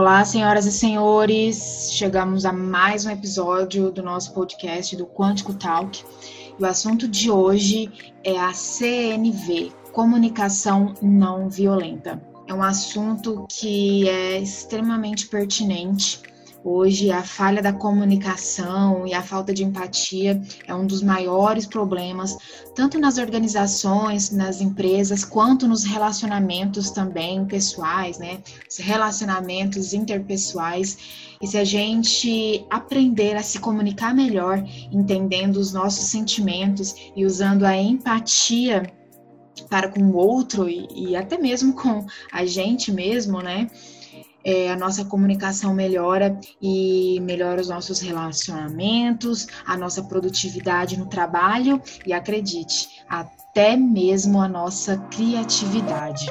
Olá, senhoras e senhores, chegamos a mais um episódio do nosso podcast do Quântico Talk. E o assunto de hoje é a CNV, Comunicação Não Violenta. É um assunto que é extremamente pertinente. Hoje, a falha da comunicação e a falta de empatia é um dos maiores problemas, tanto nas organizações, nas empresas, quanto nos relacionamentos também pessoais, né? Os relacionamentos interpessoais. E se a gente aprender a se comunicar melhor, entendendo os nossos sentimentos e usando a empatia para com o outro e até mesmo com a gente mesmo, né? A nossa comunicação melhora e melhora os nossos relacionamentos, a nossa produtividade no trabalho e, acredite, até mesmo a nossa criatividade.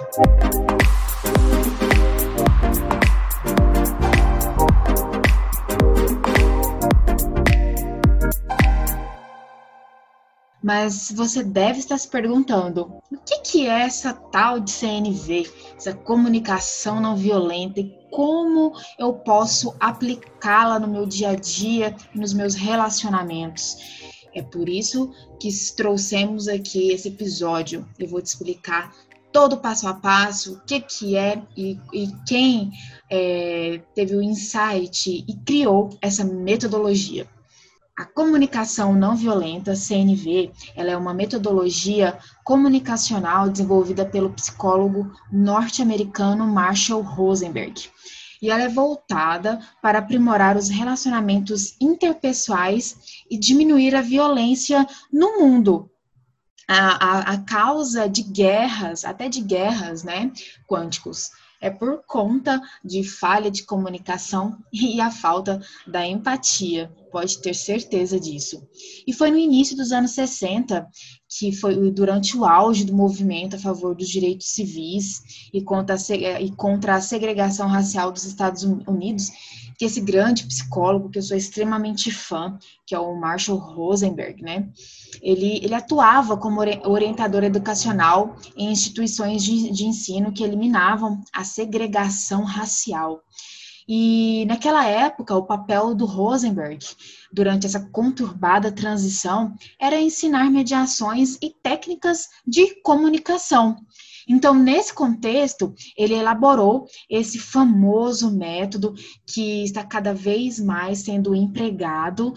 Mas você deve estar se perguntando, o que é essa tal de CNV, essa comunicação não violenta, e como eu posso aplicá-la no meu dia a dia e nos meus relacionamentos? É por isso que trouxemos aqui esse episódio. Eu vou te explicar todo passo a passo, o que é e quem teve o insight e criou essa metodologia. A comunicação não violenta, CNV, ela é uma metodologia comunicacional desenvolvida pelo psicólogo norte-americano Marshall Rosenberg. E ela é voltada para aprimorar os relacionamentos interpessoais e diminuir a violência no mundo. A causa de guerras, até de guerras, né, quânticos, é por conta de falha de comunicação e a falta da empatia, pode ter certeza disso. E foi no início dos anos 60, que foi durante o auge do movimento a favor dos direitos civis e contra a segregação racial dos Estados Unidos, que esse grande psicólogo, que eu sou extremamente fã, que é o Marshall Rosenberg, né? Ele atuava como orientador educacional em instituições de ensino que eliminavam a segregação racial. E naquela época, o papel do Rosenberg, durante essa conturbada transição, era ensinar mediações e técnicas de comunicação. Então, nesse contexto, ele elaborou esse famoso método que está cada vez mais sendo empregado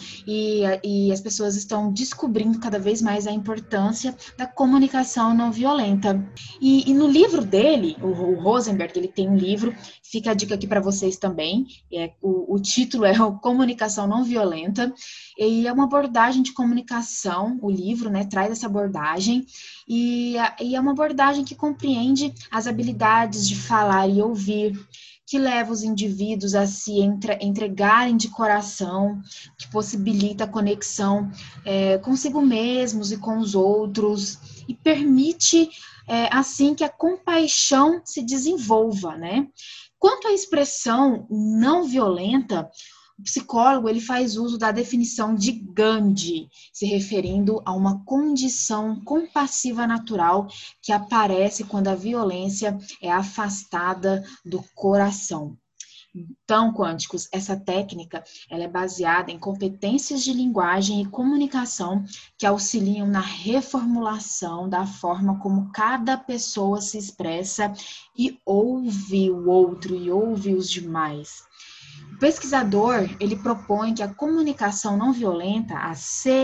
e as pessoas estão descobrindo cada vez mais a importância da comunicação não violenta. E no livro dele, o Rosenberg, ele tem um livro, fica a dica aqui para vocês também, o título é Comunicação Não Violenta, e é uma abordagem de comunicação, o livro, né, traz essa abordagem, e é uma abordagem que compreende as habilidades de falar e ouvir, que leva os indivíduos a se entregarem de coração, que possibilita a conexão consigo mesmos e com os outros, e permite, assim, que a compaixão se desenvolva, né? Quanto à expressão não violenta, o psicólogo ele faz uso da definição de Gandhi, se referindo a uma condição compassiva natural que aparece quando a violência é afastada do coração. Então, quânticos, essa técnica ela é baseada em competências de linguagem e comunicação que auxiliam na reformulação da forma como cada pessoa se expressa e ouve o outro e ouve os demais. O pesquisador, ele propõe que a comunicação não violenta, a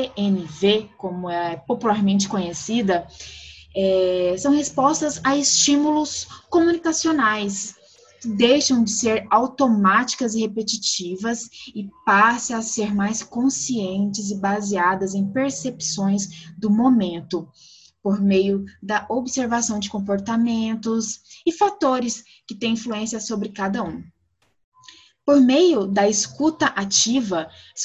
CNV, como é popularmente conhecida, são respostas a estímulos comunicacionais, que deixam de ser automáticas e repetitivas e passam a ser mais conscientes e baseadas em percepções do momento, por meio da observação de comportamentos e fatores que têm influência sobre cada um. Por meio da escuta ativa,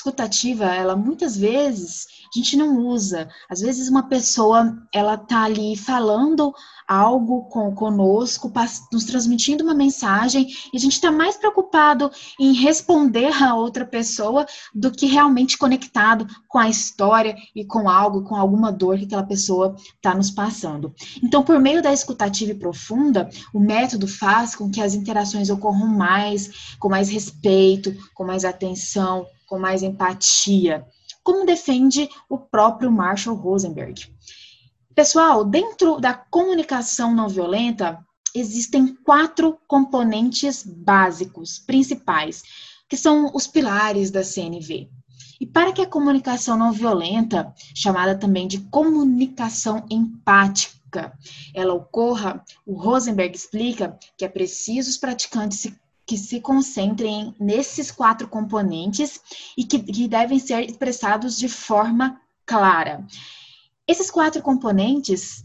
ela muitas vezes a gente não usa. Às vezes uma pessoa, ela tá ali falando algo conosco, nos transmitindo uma mensagem, e a gente está mais preocupado em responder a outra pessoa do que realmente conectado com a história e com algo, com alguma dor que aquela pessoa está nos passando. Então, por meio da escutativa profunda, o método faz com que as interações ocorram com mais respeito, com mais atenção, com mais empatia, como defende o próprio Marshall Rosenberg. Pessoal, dentro da comunicação não violenta, existem 4 componentes básicos, principais, que são os pilares da CNV. E para que a comunicação não violenta, chamada também de comunicação empática, ela ocorra, o Rosenberg explica que é preciso os praticantes que se concentrem nesses 4 componentes e que devem ser expressados de forma clara. Esses 4 componentes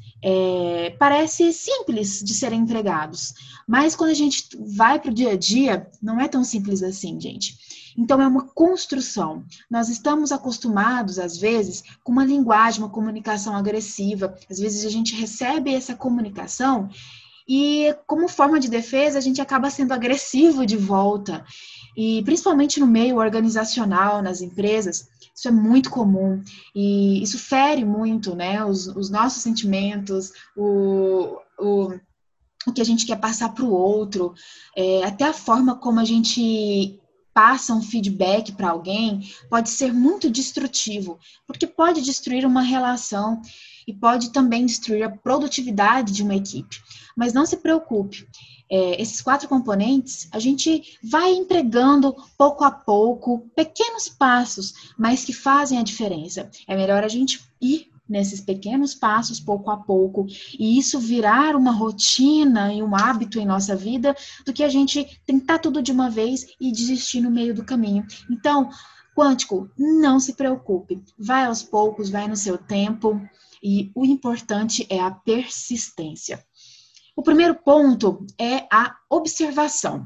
parecem simples de serem empregados, mas quando a gente vai para o dia a dia, não é tão simples assim, gente. Então, é uma construção. Nós estamos acostumados, às vezes, com uma linguagem, uma comunicação agressiva. Às vezes, a gente recebe essa comunicação e, como forma de defesa, a gente acaba sendo agressivo de volta. E, principalmente no meio organizacional, nas empresas, isso é muito comum e isso fere muito, né, os nossos sentimentos, o que a gente quer passar para o outro, até a forma como a gente passa um feedback para alguém pode ser muito destrutivo, porque pode destruir uma relação e pode também destruir a produtividade de uma equipe. Mas não se preocupe. Esses 4 componentes, a gente vai empregando pouco a pouco, pequenos passos, mas que fazem a diferença. É melhor a gente ir nesses pequenos passos, pouco a pouco, e isso virar uma rotina e um hábito em nossa vida, do que a gente tentar tudo de uma vez e desistir no meio do caminho. Então, quântico, não se preocupe. Vai aos poucos, vai no seu tempo, e o importante é a persistência. O primeiro ponto é a observação.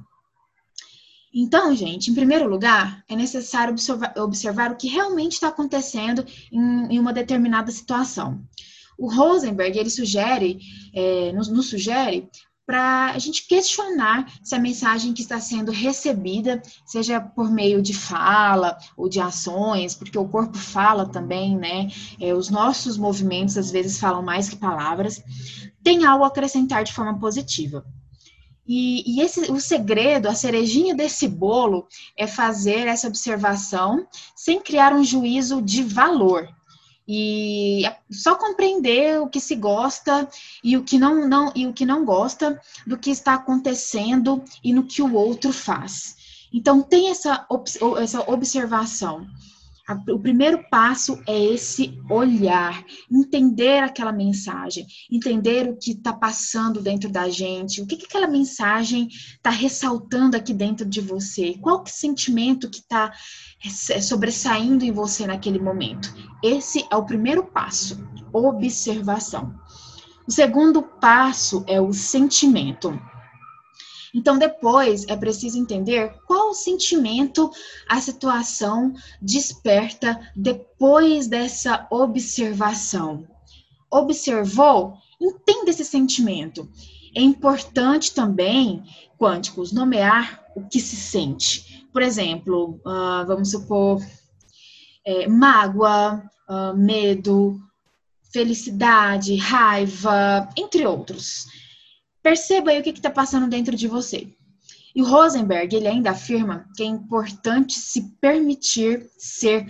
Então, gente, em primeiro lugar, é necessário observar o que realmente está acontecendo em uma determinada situação. O Rosenberg, ele nos sugere para a gente questionar se a mensagem que está sendo recebida, seja por meio de fala ou de ações, porque o corpo fala também, né? Os nossos movimentos, às vezes, falam mais que palavras, tem algo a acrescentar de forma positiva. E o segredo, a cerejinha desse bolo, é fazer essa observação sem criar um juízo de valor. E só compreender o que se gosta e o que não gosta do que está acontecendo e no que o outro faz. Então, tem essa observação. O primeiro passo é esse olhar, entender aquela mensagem, entender o que está passando dentro da gente, o que aquela mensagem está ressaltando aqui dentro de você, qual que sentimento que está sobressaindo em você naquele momento. Esse é o primeiro passo, observação. O segundo passo é o sentimento. Então, depois, é preciso entender qual o sentimento a situação desperta depois dessa observação. Observou? Entenda esse sentimento. É importante também, quânticos, nomear o que se sente. Por exemplo, vamos supor, mágoa, medo, felicidade, raiva, entre outros. Perceba aí o que está passando dentro de você. E o Rosenberg, ele ainda afirma que é importante se permitir ser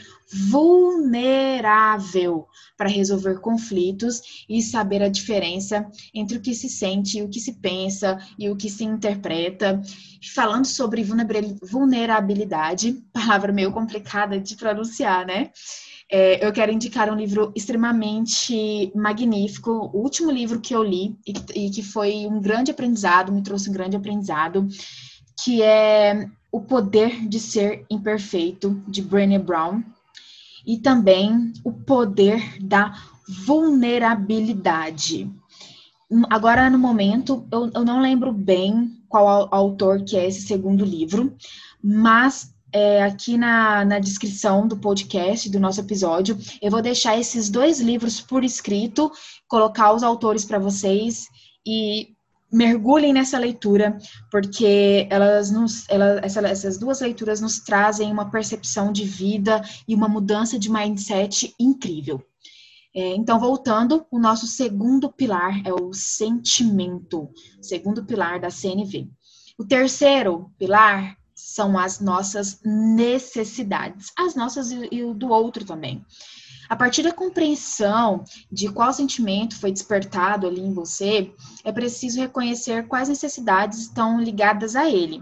vulnerável para resolver conflitos e saber a diferença entre o que se sente, o que se pensa e o que se interpreta. Falando sobre vulnerabilidade, palavra meio complicada de pronunciar, né? Eu quero indicar um livro extremamente magnífico, o último livro que eu li e que foi um grande aprendizado, me trouxe um grande aprendizado, que é O Poder de Ser Imperfeito, de Brené Brown, e também O Poder da Vulnerabilidade. Agora, no momento, eu não lembro bem qual autor que é esse segundo livro, mas aqui na descrição do podcast, do nosso episódio, eu vou deixar esses 2 livros por escrito, colocar os autores para vocês e mergulhem nessa leitura, porque essas duas leituras nos trazem uma percepção de vida e uma mudança de mindset incrível. Então, voltando, o nosso segundo pilar é o sentimento, segundo pilar da CNV. O terceiro pilar são as nossas necessidades, as nossas e o do outro também. A partir da compreensão de qual sentimento foi despertado ali em você, é preciso reconhecer quais necessidades estão ligadas a ele.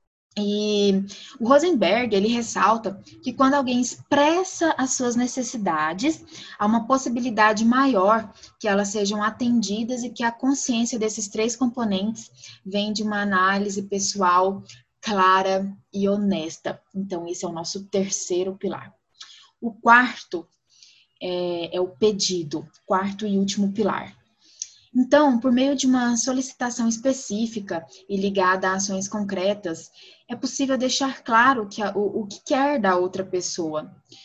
E o Rosenberg, ele ressalta que quando alguém expressa as suas necessidades, há uma possibilidade maior que elas sejam atendidas e que a consciência desses três componentes vem de uma análise pessoal clara e honesta. Então, esse é o nosso terceiro pilar. O quarto é o pedido, quarto e último pilar. Então, por meio de uma solicitação específica e ligada a ações concretas, é possível deixar claro o que quer da outra pessoa.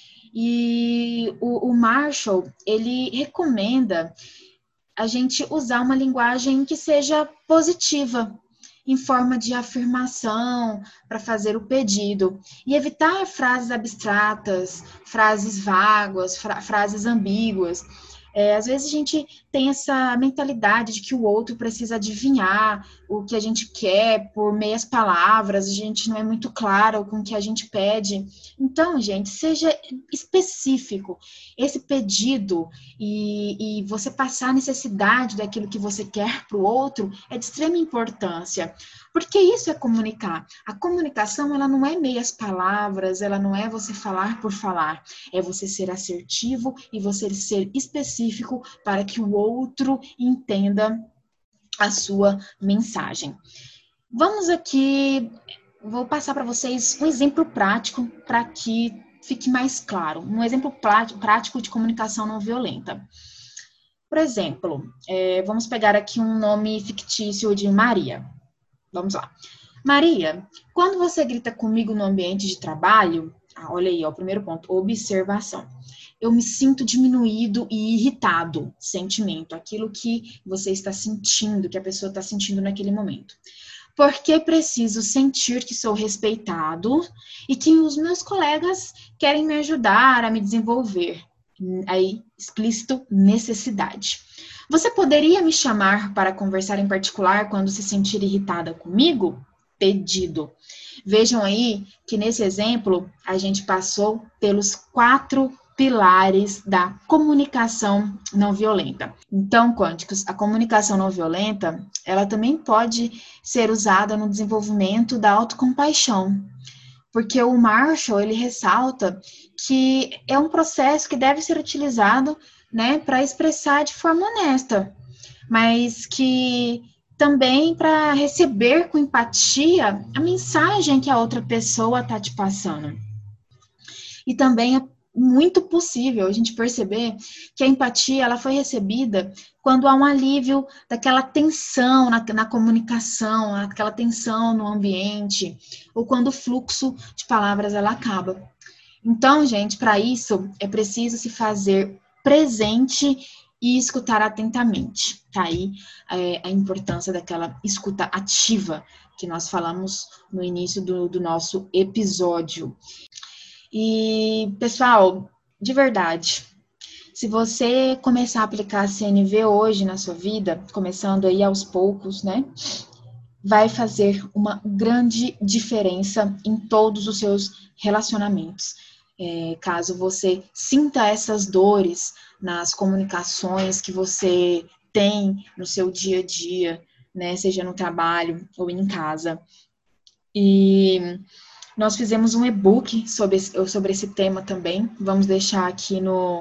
E o Marshall, ele recomenda a gente usar uma linguagem que seja positiva, em forma de afirmação, para fazer o pedido. E evitar frases abstratas, frases vagas, frases ambíguas. Às vezes a gente tem essa mentalidade de que o outro precisa adivinhar o que a gente quer por meias palavras, a gente não é muito claro com o que a gente pede. Então, gente, seja específico. Esse pedido e você passar a necessidade daquilo que você quer para o outro é de extrema importância. Porque isso é comunicar. A comunicação, ela não é meias palavras, ela não é você falar por falar. É você ser assertivo e você ser específico para que o outro entenda a sua mensagem. Vamos aqui, vou passar para vocês um exemplo prático para que fique mais claro. Um exemplo prático de comunicação não violenta. Por exemplo, vamos pegar aqui um nome fictício de Maria. Vamos lá. Maria, quando você grita comigo no ambiente de trabalho, olha aí, ó, o primeiro ponto, observação. Eu me sinto diminuído e irritado, sentimento, aquilo que você está sentindo, que a pessoa está sentindo naquele momento. Porque preciso sentir que sou respeitado e que os meus colegas querem me ajudar a me desenvolver. Aí, explícito, necessidade. Você poderia me chamar para conversar em particular quando se sentir irritada comigo? Pedido. Vejam aí que nesse exemplo a gente passou pelos 4 pilares da comunicação não violenta. Então, quânticos, a comunicação não violenta, ela também pode ser usada no desenvolvimento da autocompaixão. Porque o Marshall, ele ressalta que é um processo que deve ser utilizado, né, para expressar de forma honesta, mas que também para receber com empatia a mensagem que a outra pessoa está te passando. E também é muito possível a gente perceber que a empatia ela foi recebida quando há um alívio daquela tensão na comunicação, aquela tensão no ambiente, ou quando o fluxo de palavras ela acaba. Então, gente, para isso é preciso se fazer presente e escutar atentamente. Tá aí a importância daquela escuta ativa que nós falamos no início do nosso episódio. E, pessoal, de verdade, se você começar a aplicar a CNV hoje na sua vida, começando aí aos poucos, né, vai fazer uma grande diferença em todos os seus relacionamentos. Caso você sinta essas dores nas comunicações que você tem no seu dia a dia, né, seja no trabalho ou em casa. E nós fizemos um e-book sobre esse tema também. Vamos deixar aqui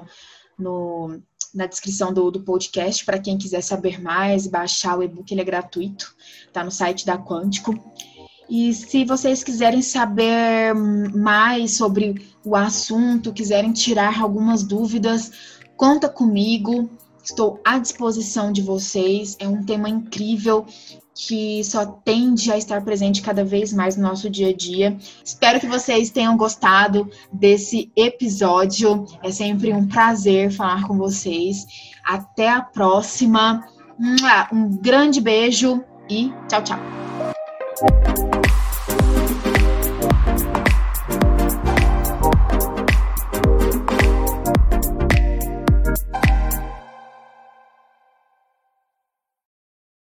na descrição do podcast para quem quiser saber mais e baixar o e-book, ele é gratuito, tá no site da Quântico. E se vocês quiserem saber mais sobre o assunto, quiserem tirar algumas dúvidas, conta comigo, estou à disposição de vocês. É um tema incrível que só tende a estar presente cada vez mais no nosso dia a dia. Espero que vocês tenham gostado desse episódio. É sempre um prazer falar com vocês. Até a próxima. Um grande beijo e tchau, tchau.